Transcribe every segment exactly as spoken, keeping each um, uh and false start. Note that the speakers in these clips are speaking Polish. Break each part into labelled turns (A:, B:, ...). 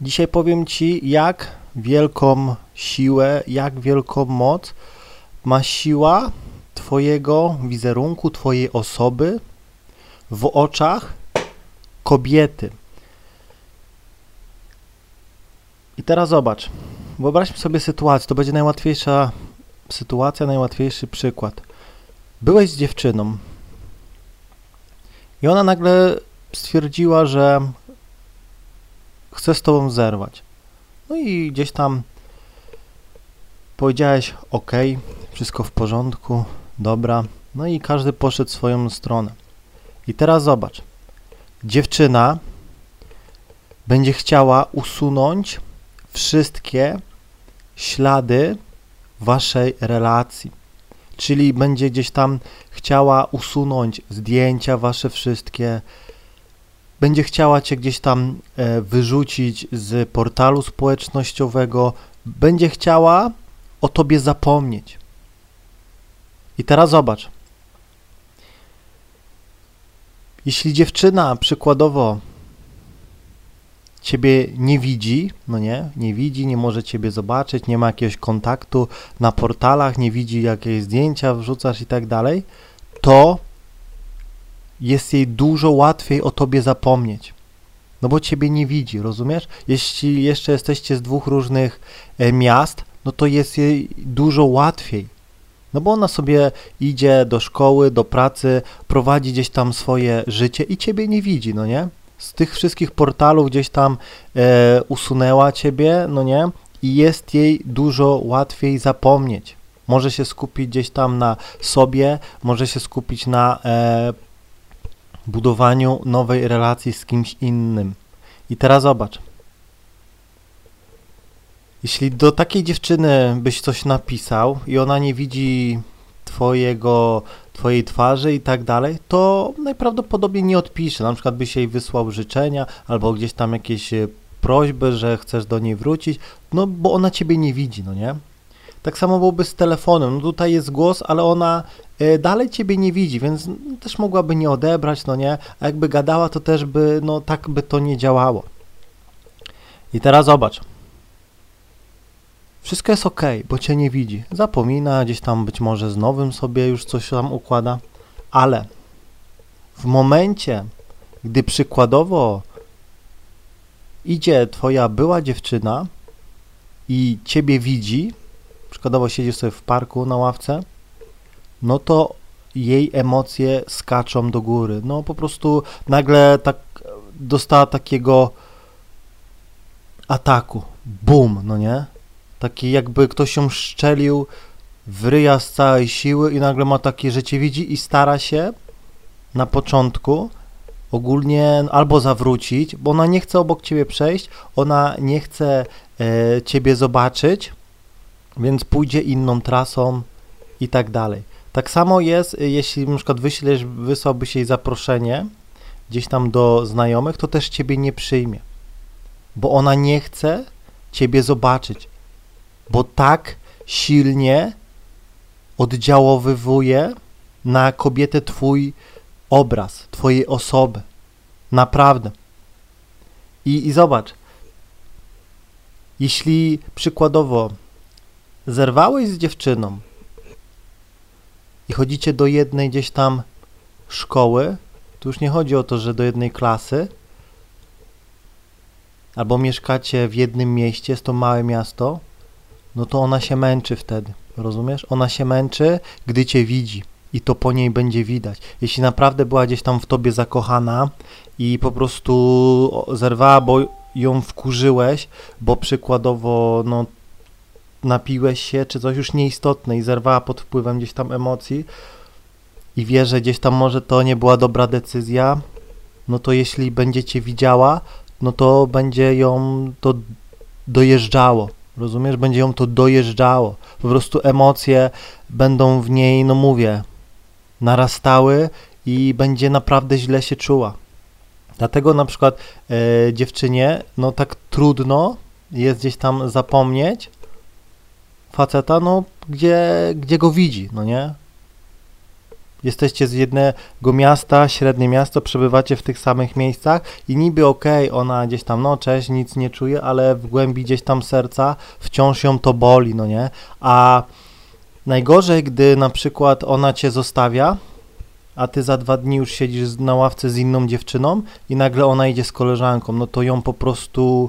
A: Dzisiaj powiem Ci, jak wielką siłę, jak wielką moc ma siła Twojego wizerunku, Twojej osoby w oczach kobiety. I teraz zobacz, wyobraźmy sobie sytuację, to będzie najłatwiejsza sytuacja, najłatwiejszy przykład. Byłeś z dziewczyną i ona nagle stwierdziła, że chce z tobą zerwać. No i gdzieś tam powiedziałeś, ok, wszystko w porządku, dobra. No i każdy poszedł w swoją stronę. I teraz zobacz, dziewczyna będzie chciała usunąć wszystkie ślady waszej relacji. Czyli będzie gdzieś tam chciała usunąć zdjęcia wasze wszystkie, będzie chciała cię gdzieś tam e, wyrzucić z portalu społecznościowego, będzie chciała o tobie zapomnieć. I teraz zobacz, jeśli dziewczyna przykładowo ciebie nie widzi, no nie, nie widzi, nie może ciebie zobaczyć, nie ma jakiegoś kontaktu na portalach, nie widzi jakieś zdjęcia, wrzucasz i tak dalej, to jest jej dużo łatwiej o tobie zapomnieć. No bo ciebie nie widzi, rozumiesz? Jeśli jeszcze jesteście z dwóch różnych e, miast, no to jest jej dużo łatwiej. No bo ona sobie idzie do szkoły, do pracy, prowadzi gdzieś tam swoje życie i ciebie nie widzi, no nie? Z tych wszystkich portalów gdzieś tam e, usunęła ciebie, no nie? I jest jej dużo łatwiej zapomnieć. Może się skupić gdzieś tam na sobie, może się skupić na e, budowaniu nowej relacji z kimś innym. I teraz zobacz. Jeśli do takiej dziewczyny byś coś napisał i ona nie widzi twojego, twojej twarzy i tak dalej, to najprawdopodobniej nie odpisze. Na przykład byś jej wysłał życzenia albo gdzieś tam jakieś prośby, że chcesz do niej wrócić, no bo ona ciebie nie widzi, no nie? Tak samo byłoby z telefonem. No tutaj jest głos, ale ona y, dalej ciebie nie widzi, więc no, też mogłaby nie odebrać, no nie? A jakby gadała, to też by, no tak by to nie działało. I teraz zobacz. Wszystko jest ok, bo cię nie widzi. Zapomina, gdzieś tam być może z nowym sobie już coś tam układa, ale w momencie, gdy przykładowo idzie twoja była dziewczyna i ciebie widzi, przykładowo siedzisz sobie w parku na ławce, no to jej emocje skaczą do góry. No po prostu nagle tak dostała takiego ataku. Bum, no nie? Taki jakby ktoś ją szczelił w ryja z całej siły i nagle ma takie, że cię widzi i stara się na początku ogólnie albo zawrócić, bo ona nie chce obok ciebie przejść, ona nie chce e, ciebie zobaczyć, więc pójdzie inną trasą i tak dalej. Tak samo jest, jeśli na przykład wyślesz, wysłałbyś jej zaproszenie gdzieś tam do znajomych, to też ciebie nie przyjmie, bo ona nie chce ciebie zobaczyć, bo tak silnie oddziałowywuje na kobietę twój obraz, twojej osoby. Naprawdę. I, i zobacz, jeśli przykładowo zerwałeś z dziewczyną i chodzicie do jednej gdzieś tam szkoły, to już nie chodzi o to, że do jednej klasy, albo mieszkacie w jednym mieście, jest to małe miasto, no to ona się męczy wtedy, rozumiesz? Ona się męczy, gdy cię widzi i to po niej będzie widać. Jeśli naprawdę była gdzieś tam w tobie zakochana i po prostu zerwała, bo ją wkurzyłeś, bo przykładowo no, napiłeś się, czy coś już nieistotne i zerwała pod wpływem gdzieś tam emocji i wie, że gdzieś tam może to nie była dobra decyzja, no to jeśli będzie cię widziała, no to będzie ją to dojeżdżało. Rozumiesz? Będzie ją to dojeżdżało. Po prostu emocje będą w niej, no mówię, narastały i będzie naprawdę źle się czuła. Dlatego na przykład e, dziewczynie, no tak trudno jest gdzieś tam zapomnieć faceta, no gdzie, gdzie go widzi, no nie? Jesteście z jednego miasta, średnie miasto, przebywacie w tych samych miejscach i niby okej, okay, ona gdzieś tam, no cześć, nic nie czuje, ale w głębi gdzieś tam serca wciąż ją to boli, no nie? A najgorzej, gdy na przykład ona cię zostawia, a ty za dwa dni już siedzisz na ławce z inną dziewczyną i nagle ona idzie z koleżanką, no to ją po prostu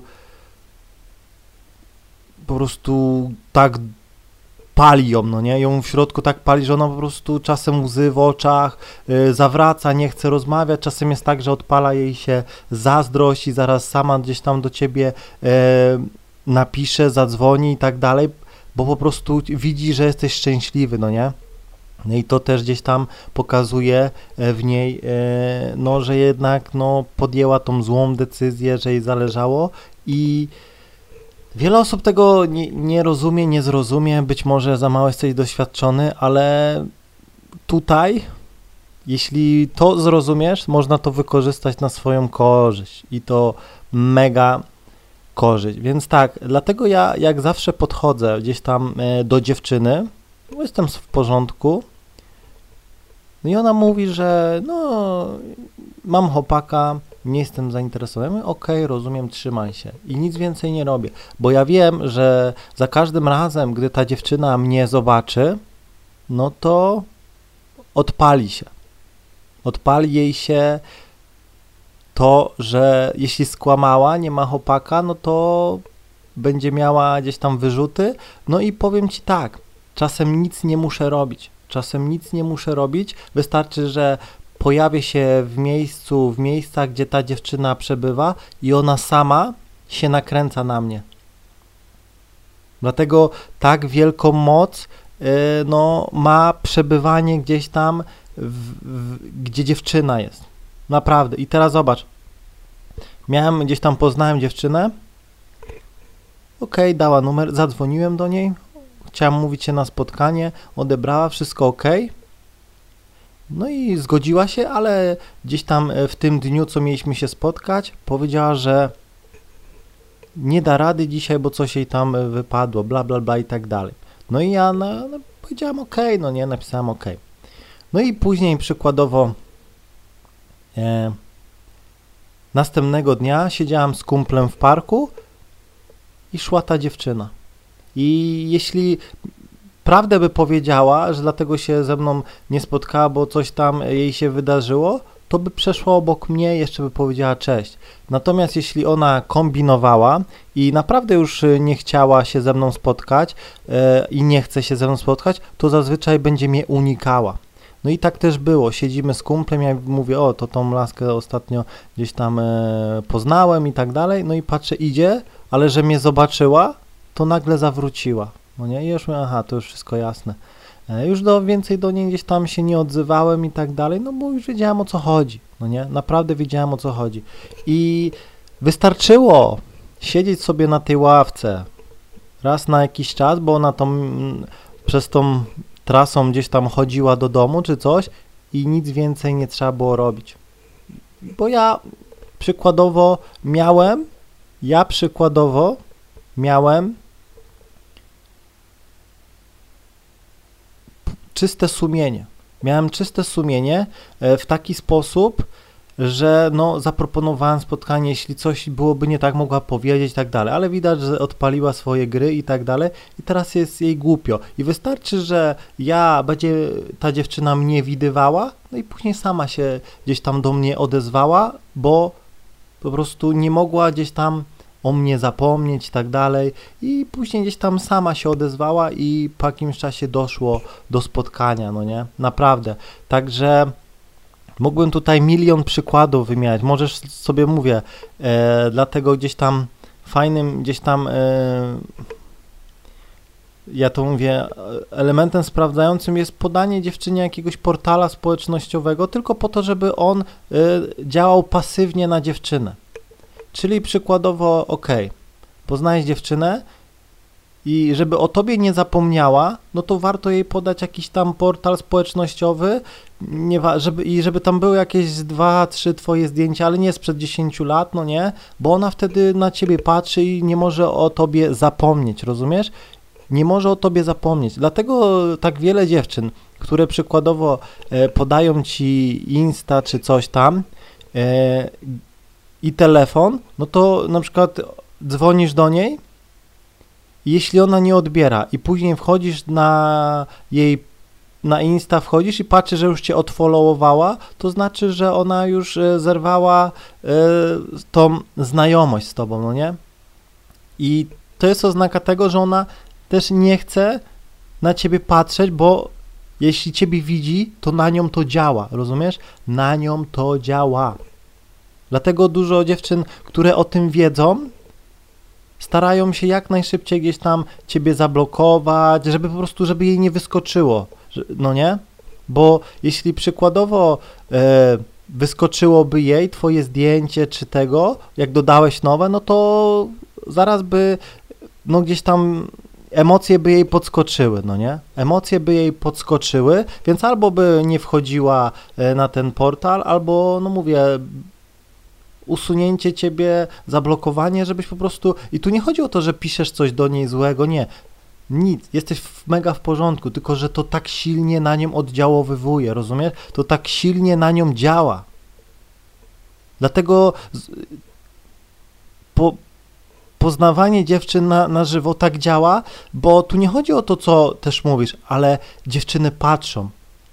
A: po prostu tak pali ją, no nie? Ją w środku tak pali, że ona po prostu czasem łzy w oczach, yy, zawraca, nie chce rozmawiać, czasem jest tak, że odpala jej się zazdrość i zaraz sama gdzieś tam do ciebie yy, napisze, zadzwoni i tak dalej, bo po prostu widzi, że jesteś szczęśliwy, no nie? No i to też gdzieś tam pokazuje w niej, no, że jednak no, podjęła tą złą decyzję, że jej zależało i wiele osób tego nie, nie rozumie, nie zrozumie, być może za mało jesteś doświadczony, ale tutaj, jeśli to zrozumiesz, można to wykorzystać na swoją korzyść i to mega korzyść. Więc tak, dlatego ja jak zawsze podchodzę gdzieś tam do dziewczyny, bo jestem w porządku, no i ona mówi, że no mam chłopaka, nie jestem zainteresowany, okej, okay, rozumiem, trzymaj się i nic więcej nie robię, bo ja wiem, że za każdym razem, gdy ta dziewczyna mnie zobaczy, no to odpali się, odpali jej się to, że jeśli skłamała, nie ma chłopaka, no to będzie miała gdzieś tam wyrzuty, no i powiem ci tak, czasem nic nie muszę robić, czasem nic nie muszę robić, wystarczy, że pojawię się w miejscu, w miejscach, gdzie ta dziewczyna przebywa i ona sama się nakręca na mnie. Dlatego tak wielką moc yy, no, ma przebywanie gdzieś tam, w, w, gdzie dziewczyna jest. Naprawdę. I teraz zobacz. Miałem, gdzieś tam poznałem dziewczynę. Okej, okay, dała numer, zadzwoniłem do niej. Chciałem mówić się na spotkanie, odebrała, wszystko ok. No i zgodziła się, ale gdzieś tam w tym dniu, co mieliśmy się spotkać, powiedziała, że nie da rady dzisiaj, bo coś jej tam wypadło, bla, bla, bla i tak dalej. No i ja no, no, powiedziałem ok, no nie, napisałem ok. No i później przykładowo e, następnego dnia siedziałem z kumplem w parku i szła ta dziewczyna. I jeśli prawdę by powiedziała, że dlatego się ze mną nie spotkała, bo coś tam jej się wydarzyło, to by przeszła obok mnie i jeszcze by powiedziała cześć. Natomiast jeśli ona kombinowała i naprawdę już nie chciała się ze mną spotkać yy, i nie chce się ze mną spotkać, to zazwyczaj będzie mnie unikała. No i tak też było. Siedzimy z kumplem, ja mówię, o, to tą laskę ostatnio gdzieś tam yy, poznałem i tak dalej. No i patrzę, idzie, ale że mnie zobaczyła, to nagle zawróciła. No nie, i już mówię, aha, to już wszystko jasne. E, już do, więcej do niej gdzieś tam się nie odzywałem i tak dalej, no bo już wiedziałem, o co chodzi, no nie, naprawdę wiedziałem, o co chodzi. I wystarczyło siedzieć sobie na tej ławce raz na jakiś czas, bo ona tą, przez tą trasą gdzieś tam chodziła do domu czy coś i nic więcej nie trzeba było robić. Bo ja przykładowo miałem, ja przykładowo miałem czyste sumienie. Miałem czyste sumienie w taki sposób, że no zaproponowałem spotkanie, jeśli coś byłoby nie tak, mogła powiedzieć i tak dalej, ale widać, że odpaliła swoje gry i tak dalej i teraz jest jej głupio. I wystarczy, że ja, będzie ta dziewczyna mnie widywała, no i później sama się gdzieś tam do mnie odezwała, bo po prostu nie mogła gdzieś tam o mnie zapomnieć i tak dalej i później gdzieś tam sama się odezwała i po jakimś czasie doszło do spotkania, no nie, naprawdę, także mógłbym tutaj milion przykładów wymieniać, możesz sobie, mówię, e, dlatego gdzieś tam fajnym, gdzieś tam e, ja to mówię, elementem sprawdzającym jest podanie dziewczynie jakiegoś portala społecznościowego tylko po to, żeby on e, działał pasywnie na dziewczynę. Czyli przykładowo, ok, poznajesz dziewczynę i żeby o tobie nie zapomniała, no to warto jej podać jakiś tam portal społecznościowy nie wa- żeby, i żeby tam były jakieś dwa, trzy twoje zdjęcia, ale nie sprzed dziesięciu lat, no nie, bo ona wtedy na ciebie patrzy i nie może o tobie zapomnieć, rozumiesz? Nie może o tobie zapomnieć, dlatego tak wiele dziewczyn, które przykładowo e, podają ci Insta czy coś tam e, i telefon, no to na przykład dzwonisz do niej, jeśli ona nie odbiera i później wchodzisz na jej na Insta, wchodzisz i patrzysz, że już cię odfollowowała, to znaczy, że ona już e, zerwała e, tą znajomość z tobą, no nie? I to jest oznaka tego, że ona też nie chce na ciebie patrzeć, bo jeśli ciebie widzi, to na nią to działa, rozumiesz? Na nią to działa. Dlatego dużo dziewczyn, które o tym wiedzą, starają się jak najszybciej gdzieś tam ciebie zablokować, żeby po prostu, żeby jej nie wyskoczyło, no nie? Bo jeśli przykładowo e, wyskoczyłoby jej twoje zdjęcie czy tego, jak dodałeś nowe, no to zaraz by, no gdzieś tam emocje by jej podskoczyły, no nie? Emocje by jej podskoczyły, więc albo by nie wchodziła e, na ten portal, albo, no mówię, usunięcie ciebie, zablokowanie, żebyś po prostu... I tu nie chodzi o to, że piszesz coś do niej złego, nie. Nic, jesteś w, mega w porządku, tylko że to tak silnie na nią oddziałowywuje, rozumiesz? To tak silnie na nią działa. Dlatego z, po, poznawanie dziewczyn na, na żywo tak działa, bo tu nie chodzi o to, co też mówisz, ale dziewczyny patrzą.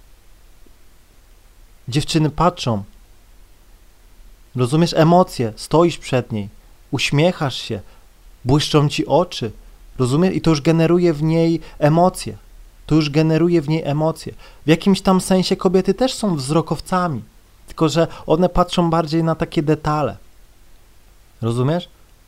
A: Dziewczyny patrzą. Rozumiesz emocje, stoisz przed niej, uśmiechasz się, błyszczą ci oczy, rozumiesz? I to już generuje w niej emocje, to już generuje w niej emocje. W jakimś tam sensie kobiety też są wzrokowcami, tylko że one patrzą bardziej na takie detale, rozumiesz?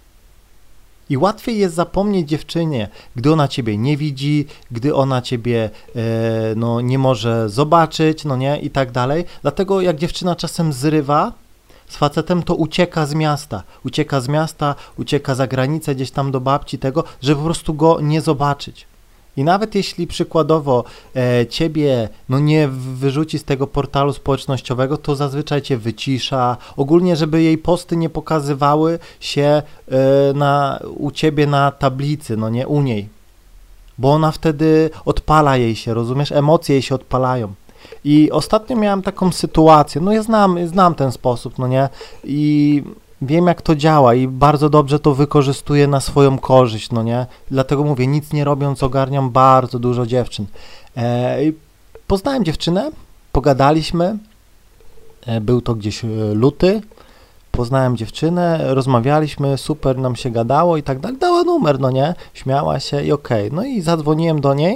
A: I łatwiej jest zapomnieć dziewczynie, gdy ona ciebie nie widzi, gdy ona ciebie e, no, nie może zobaczyć, no nie, i tak dalej. Dlatego jak dziewczyna czasem zrywa z facetem, to ucieka z miasta, ucieka z miasta, ucieka za granicę, gdzieś tam do babci tego, żeby po prostu go nie zobaczyć. I nawet jeśli przykładowo e, ciebie no nie wyrzuci z tego portalu społecznościowego, to zazwyczaj cię wycisza, ogólnie żeby jej posty nie pokazywały się e, na, u ciebie na tablicy, no nie u niej, bo ona wtedy odpala jej się, rozumiesz, emocje jej się odpalają. I ostatnio miałem taką sytuację, no ja znam, znam ten sposób, no nie, i wiem jak to działa i bardzo dobrze to wykorzystuję na swoją korzyść, no nie, dlatego mówię, nic nie robiąc ogarniam bardzo dużo dziewczyn. E, poznałem dziewczynę, pogadaliśmy, e, był to gdzieś luty, poznałem dziewczynę, rozmawialiśmy, super nam się gadało i tak dalej, dała numer, no nie, śmiała się i okej, okay. No i zadzwoniłem do niej,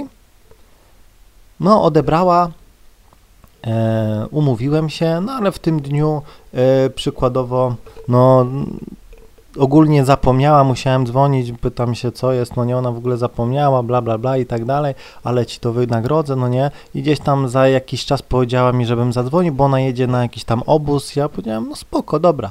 A: no odebrała, E, umówiłem się, no ale w tym dniu e, przykładowo, no ogólnie zapomniała, musiałem dzwonić, pytam się co jest, no nie, ona w ogóle zapomniała, bla bla bla i tak dalej, ale ci to wynagrodzę, no nie, i gdzieś tam za jakiś czas powiedziała mi, żebym zadzwonił, bo ona jedzie na jakiś tam obóz, ja powiedziałem, no spoko, dobra.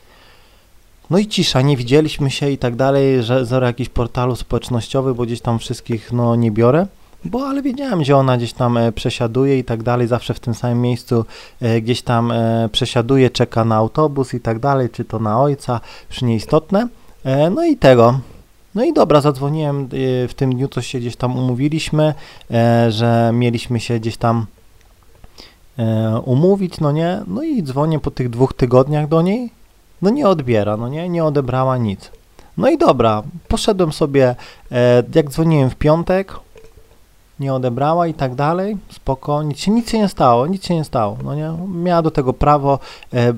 A: No i cisza, nie widzieliśmy się i tak dalej, że zero jakiś portalu społecznościowy, bo gdzieś tam wszystkich, no nie biorę. Bo ale wiedziałem, że ona gdzieś tam e, przesiaduje i tak dalej, zawsze w tym samym miejscu e, gdzieś tam e, przesiaduje, czeka na autobus i tak dalej, czy to na ojca, już nieistotne. E, no i tego. No i dobra, zadzwoniłem e, w tym dniu, coś się gdzieś tam umówiliśmy, e, że mieliśmy się gdzieś tam e, umówić, no nie, no i dzwonię po tych dwóch tygodniach do niej, no nie odbiera, no nie, nie odebrała nic. No i dobra, poszedłem sobie, e, jak dzwoniłem w piątek, nie odebrała i tak dalej, spoko, nic się, nic się nie stało, nic się nie stało, no nie, miała do tego prawo, e,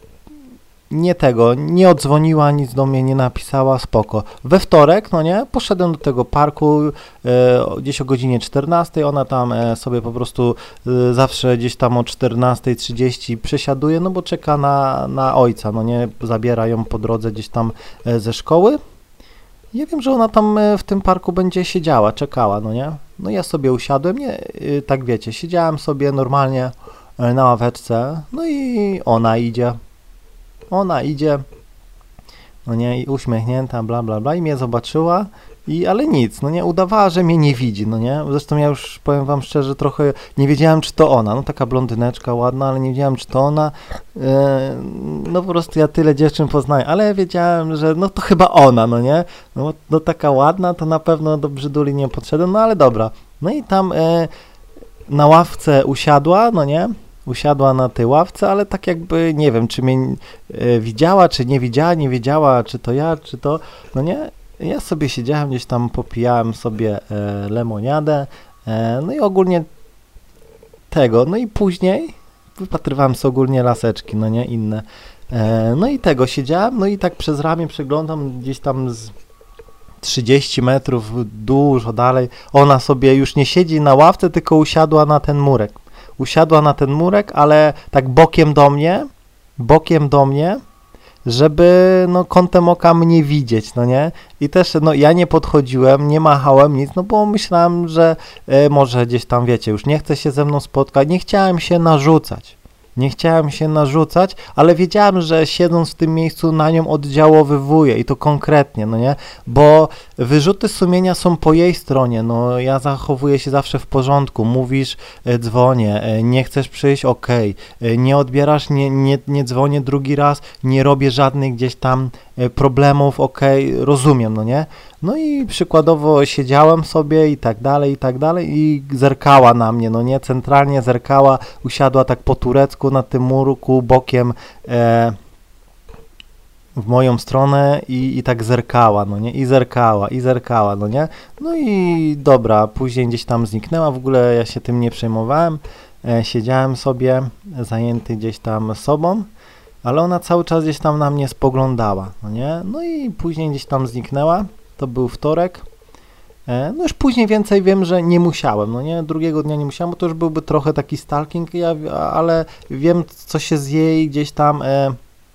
A: nie tego, nie odzwoniła, nic do mnie nie napisała, spoko. We wtorek, no nie, poszedłem do tego parku, e, gdzieś o godzinie czternastej, ona tam e, sobie po prostu e, zawsze gdzieś tam o czternastej trzydzieści przesiaduje, no bo czeka na, na ojca, no nie, zabiera ją po drodze gdzieś tam e, ze szkoły. Ja wiem, że ona tam w tym parku będzie siedziała, czekała, no nie? No ja sobie usiadłem, nie, tak wiecie, siedziałem sobie normalnie na ławeczce, no i ona idzie, ona idzie, no nie, i uśmiechnięta, bla, bla, bla, i mnie zobaczyła, i, ale nic, no nie, udawała, że mnie nie widzi, no nie, zresztą ja już powiem wam szczerze, trochę nie wiedziałem, czy to ona, no taka blondyneczka ładna, ale nie wiedziałem, czy to ona, yy, no po prostu ja tyle dziewczyn poznaję, ale ja wiedziałem, że no to chyba ona, no nie, no, no taka ładna, to na pewno do brzyduli nie podszedłem, no ale dobra, no i tam yy, na ławce usiadła, no nie? Usiadła na tej ławce, ale tak jakby, nie wiem, czy mnie e, widziała, czy nie widziała, nie wiedziała, czy to ja, czy to, no nie? Ja sobie siedziałem gdzieś tam, popijałem sobie e, lemoniadę, e, no i ogólnie tego, no i później wypatrywałem sobie ogólnie laseczki, no nie, inne. E, no i tego siedziałem, no i tak przez ramię przeglądam gdzieś tam z trzydzieści metrów dużo dalej. Ona sobie już nie siedzi na ławce, tylko usiadła na ten murek. Usiadła na ten murek, ale tak bokiem do mnie, bokiem do mnie, żeby no kątem oka mnie widzieć, no nie? I też no ja nie podchodziłem, nie machałem nic, no bo myślałem, że e, może gdzieś tam, wiecie, już nie chce się ze mną spotkać, nie chciałem się narzucać. Nie chciałem się narzucać, ale wiedziałem, że siedząc w tym miejscu na nią oddziałowywuję i to konkretnie, no nie? Bo wyrzuty sumienia są po jej stronie, no ja zachowuję się zawsze w porządku, mówisz, e, dzwonię, e, nie chcesz przyjść, okej, e, nie odbierasz, nie, nie, nie dzwonię drugi raz, nie robię żadnych gdzieś tam e, problemów, okej, rozumiem, no nie? No i przykładowo siedziałem sobie i tak dalej, i tak dalej i zerkała na mnie, no nie, centralnie zerkała, usiadła tak po turecku na tym murku bokiem e, w moją stronę i, i tak zerkała, no nie, i zerkała, i zerkała, no nie, no i dobra, później gdzieś tam zniknęła, w ogóle ja się tym nie przejmowałem, e, siedziałem sobie zajęty gdzieś tam sobą, ale ona cały czas gdzieś tam na mnie spoglądała, no nie, no i później gdzieś tam zniknęła. To był wtorek. E, no już później więcej wiem, że nie musiałem, no nie, drugiego dnia nie musiałem, bo to już byłby trochę taki stalking, ja, ale wiem, co się z jej gdzieś tam e,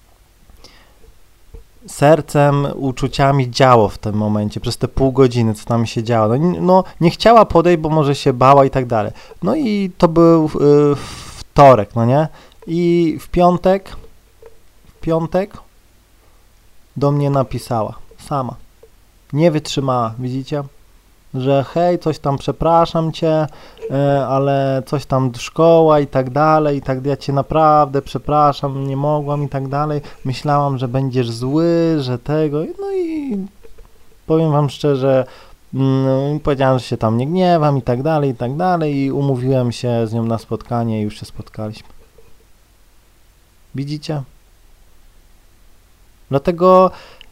A: sercem, uczuciami działo w tym momencie, przez te pół godziny, co tam się działo. No, no nie chciała podejść, bo może się bała i tak dalej. No i to był e, wtorek, no nie, i w piątek, w piątek do mnie napisała, sama. Nie wytrzymała, widzicie, że hej, coś tam, przepraszam cię, e, ale coś tam szkoła i tak dalej, i tak, ja cię naprawdę przepraszam, nie mogłam i tak dalej, myślałam, że będziesz zły, że tego, no i powiem wam szczerze, mm, powiedziałem, że się tam nie gniewam i tak dalej, i tak dalej i umówiłem się z nią na spotkanie i już się spotkaliśmy. Widzicie? Dlatego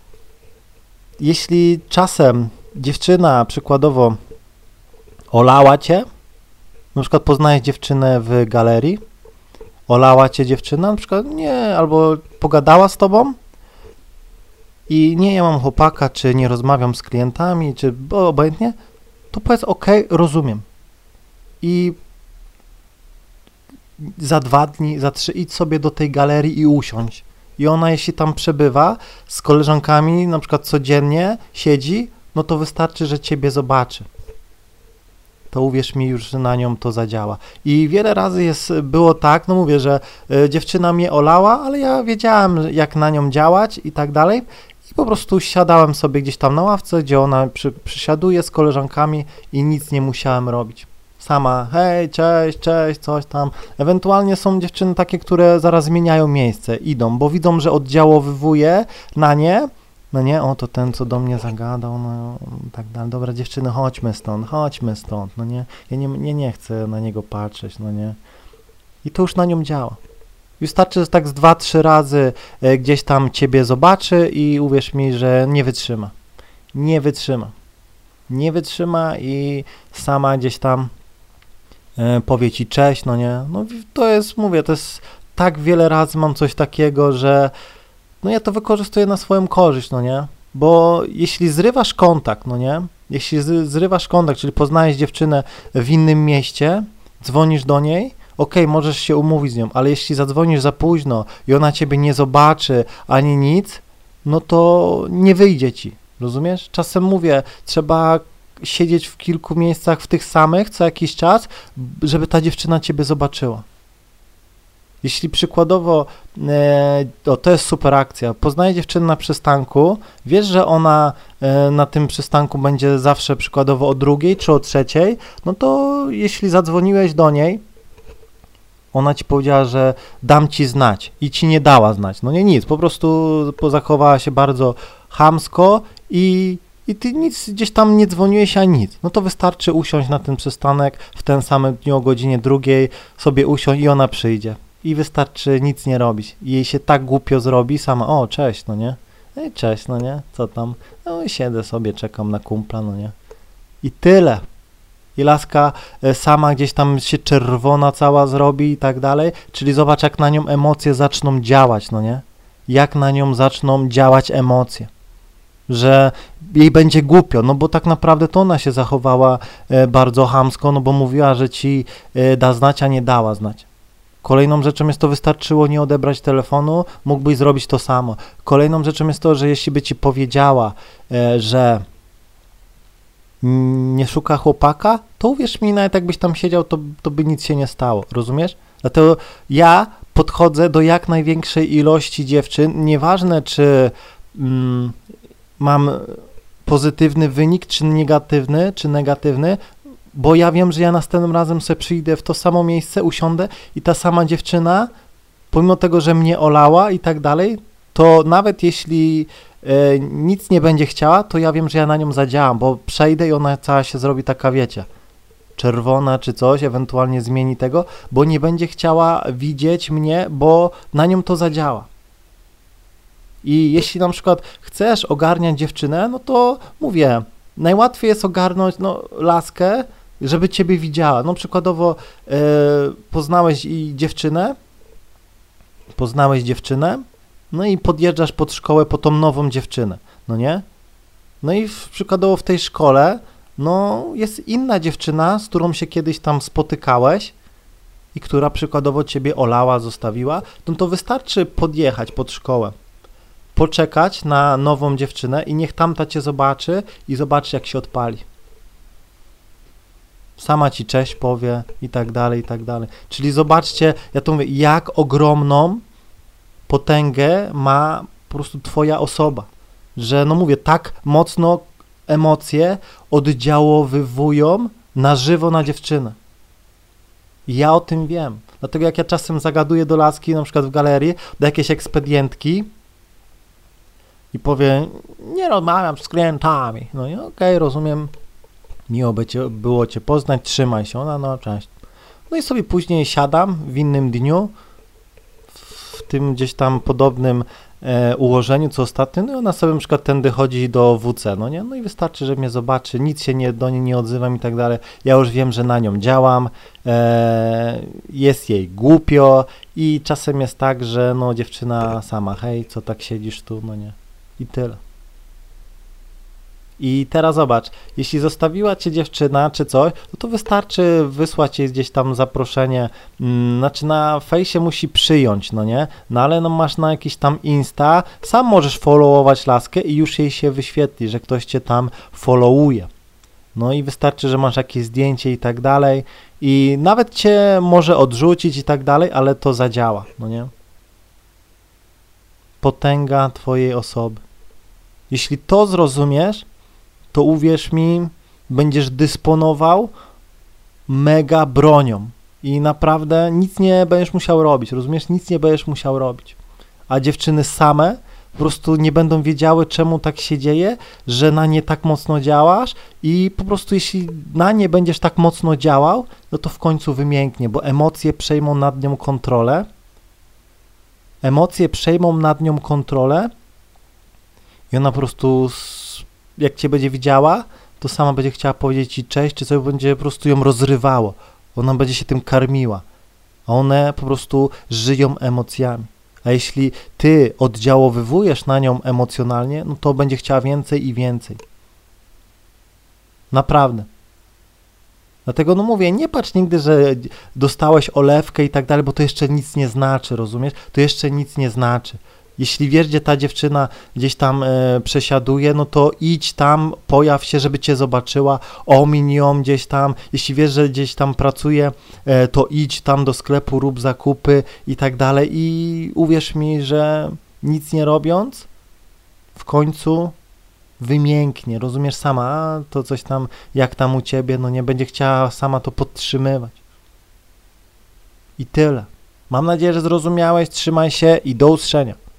A: jeśli czasem dziewczyna przykładowo olała cię, na przykład poznajesz dziewczynę w galerii, olała cię dziewczyna, na przykład nie, albo pogadała z tobą i nie, ja mam chłopaka, czy nie rozmawiam z klientami, czy bo obojętnie, to powiedz okej, rozumiem. I za dwa dni, za trzy idź sobie do tej galerii i usiądź. I ona, jeśli tam przebywa z koleżankami, na przykład codziennie siedzi, no to wystarczy, że ciebie zobaczy. To uwierz mi, już na nią to zadziała. I wiele razy jest, było tak, no mówię, że y, dziewczyna mnie olała, ale ja wiedziałem, jak na nią działać i tak dalej. I po prostu siadałem sobie gdzieś tam na ławce, gdzie ona przy, przysiaduje z koleżankami i nic nie musiałem robić. Sama, hej, cześć, cześć, coś tam. Ewentualnie są dziewczyny takie, które zaraz zmieniają miejsce, idą, bo widzą, że oddziałowywuje na nie, no nie, o to ten, co do mnie zagadał, no tak dalej, dobra dziewczyny, chodźmy stąd, chodźmy stąd, no nie, ja nie, nie, nie chcę na niego patrzeć, no nie. I to już na nią działa. Wystarczy, że tak z dwa, trzy razy e, gdzieś tam ciebie zobaczy i uwierz mi, że nie wytrzyma. Nie wytrzyma. Nie wytrzyma i sama gdzieś tam e, powie ci cześć, no nie. No to jest, mówię, to jest tak wiele razy mam coś takiego, że no ja to wykorzystuję na swoją korzyść, no nie. Bo jeśli zrywasz kontakt, no nie, jeśli z, zrywasz kontakt, czyli poznajesz dziewczynę w innym mieście, dzwonisz do niej, okej, okay, możesz się umówić z nią, ale jeśli zadzwonisz za późno i ona ciebie nie zobaczy ani nic, no to nie wyjdzie ci, rozumiesz? Czasem mówię, trzeba siedzieć w kilku miejscach w tych samych co jakiś czas, żeby ta dziewczyna ciebie zobaczyła. Jeśli przykładowo, e, o, to jest super akcja, poznaje dziewczynę na przystanku, wiesz, że ona e, na tym przystanku będzie zawsze przykładowo o drugiej czy o trzeciej, no to jeśli zadzwoniłeś do niej, ona ci powiedziała, że dam ci znać i ci nie dała znać. No nie nic, po prostu zachowała się bardzo chamsko i, i ty nic, gdzieś tam nie dzwoniłeś, a nic. No to wystarczy usiąść na ten przystanek w ten samym dniu o godzinie drugiej, sobie usiąść i ona przyjdzie. I wystarczy nic nie robić. I jej się tak głupio zrobi sama, o cześć, no nie? Ej, cześć, no nie? Co tam? No i siedzę sobie, czekam na kumpla, no nie? I tyle. I laska sama gdzieś tam się czerwona cała zrobi i tak dalej, czyli zobacz, jak na nią emocje zaczną działać, no nie? Jak na nią zaczną działać emocje. Że jej będzie głupio, no bo tak naprawdę to ona się zachowała e, bardzo chamsko, no bo mówiła, że ci e, da znać, a nie dała znać. Kolejną rzeczą jest to, wystarczyło nie odebrać telefonu, mógłbyś zrobić to samo. Kolejną rzeczą jest to, że jeśli by ci powiedziała, e, że nie szuka chłopaka, to uwierz mi, nawet jakbyś tam siedział, to, to by nic się nie stało, rozumiesz? Dlatego ja podchodzę do jak największej ilości dziewczyn, nieważne czy mm, mam pozytywny wynik, czy negatywny, czy negatywny, bo ja wiem, że ja następnym razem sobie przyjdę w to samo miejsce, usiądę i ta sama dziewczyna, pomimo tego, że mnie olała i tak dalej, to nawet jeśli e, nic nie będzie chciała, to ja wiem, że ja na nią zadziałam, bo przejdę i ona cała się zrobi taka, wiecie, czerwona czy coś, ewentualnie zmieni tego, bo nie będzie chciała widzieć mnie, bo na nią to zadziała. I jeśli na przykład chcesz ogarniać dziewczynę, no to mówię, najłatwiej jest ogarnąć no, laskę, żeby ciebie widziała. No przykładowo e, poznałeś i dziewczynę, poznałeś dziewczynę, no i podjeżdżasz pod szkołę po tą nową dziewczynę, no nie? No i w, przykładowo w tej szkole, no jest inna dziewczyna, z którą się kiedyś tam spotykałeś i która przykładowo ciebie olała, zostawiła, no to wystarczy podjechać pod szkołę, poczekać na nową dziewczynę i niech tamta cię zobaczy i zobaczy, jak się odpali. Sama ci cześć powie i tak dalej, i tak dalej. Czyli zobaczcie, ja to mówię, jak ogromną potęgę ma po prostu twoja osoba, że no mówię, tak mocno emocje oddziałowywują na żywo na dziewczynę. Ja o tym wiem, dlatego jak ja czasem zagaduję do laski, na przykład w galerii, do jakiejś ekspedientki i powiem, nie rozmawiam z klientami, no i okej, okay, rozumiem, miło by cię, było cię poznać, trzymaj się, ona, no cześć. No i sobie później siadam w innym dniu, w tym gdzieś tam podobnym e, ułożeniu, co ostatnio, no i ona sobie na przykład tędy chodzi do W C, no nie, no i wystarczy, że mnie zobaczy, nic się nie, do niej nie odzywam i tak dalej, ja już wiem, że na nią działam, e, jest jej głupio i czasem jest tak, że no dziewczyna sama, hej, co tak siedzisz tu, no nie, i tyle. I teraz zobacz, jeśli zostawiła cię dziewczyna czy coś, no to wystarczy wysłać jej gdzieś tam zaproszenie, hmm, znaczy na fejsie musi przyjąć, no nie? No ale no masz na jakiś tam Insta, sam możesz followować laskę i już jej się wyświetli, że ktoś cię tam followuje. No i wystarczy, że masz jakieś zdjęcie i tak dalej i nawet cię może odrzucić i tak dalej, ale to zadziała, no nie? Potęga twojej osoby. Jeśli to zrozumiesz, to uwierz mi, będziesz dysponował mega bronią i naprawdę nic nie będziesz musiał robić, rozumiesz? Nic nie będziesz musiał robić. A dziewczyny same po prostu nie będą wiedziały, czemu tak się dzieje, że na nie tak mocno działasz i po prostu jeśli na nie będziesz tak mocno działał, no to w końcu wymięknie, bo emocje przejmą nad nią kontrolę, emocje przejmą nad nią kontrolę i ona po prostu jak cię będzie widziała, to sama będzie chciała powiedzieć ci cześć, czy coś będzie po prostu ją rozrywało. Ona będzie się tym karmiła. A one po prostu żyją emocjami. A jeśli ty oddziałowywujesz na nią emocjonalnie, no to będzie chciała więcej i więcej. Naprawdę. Dlatego no mówię, nie patrz nigdy, że dostałeś olewkę i tak dalej, bo to jeszcze nic nie znaczy, rozumiesz? To jeszcze nic nie znaczy. Jeśli wiesz, gdzie ta dziewczyna gdzieś tam e, przesiaduje, no to idź tam, pojaw się, żeby cię zobaczyła, omiń ją gdzieś tam. Jeśli wiesz, że gdzieś tam pracuje, e, to idź tam do sklepu, rób zakupy i tak dalej. I uwierz mi, że nic nie robiąc, w końcu wymięknie, rozumiesz sama, a to coś tam, jak tam u ciebie, no nie będzie chciała sama to podtrzymywać. I tyle. Mam nadzieję, że zrozumiałeś, trzymaj się i do usłyszenia.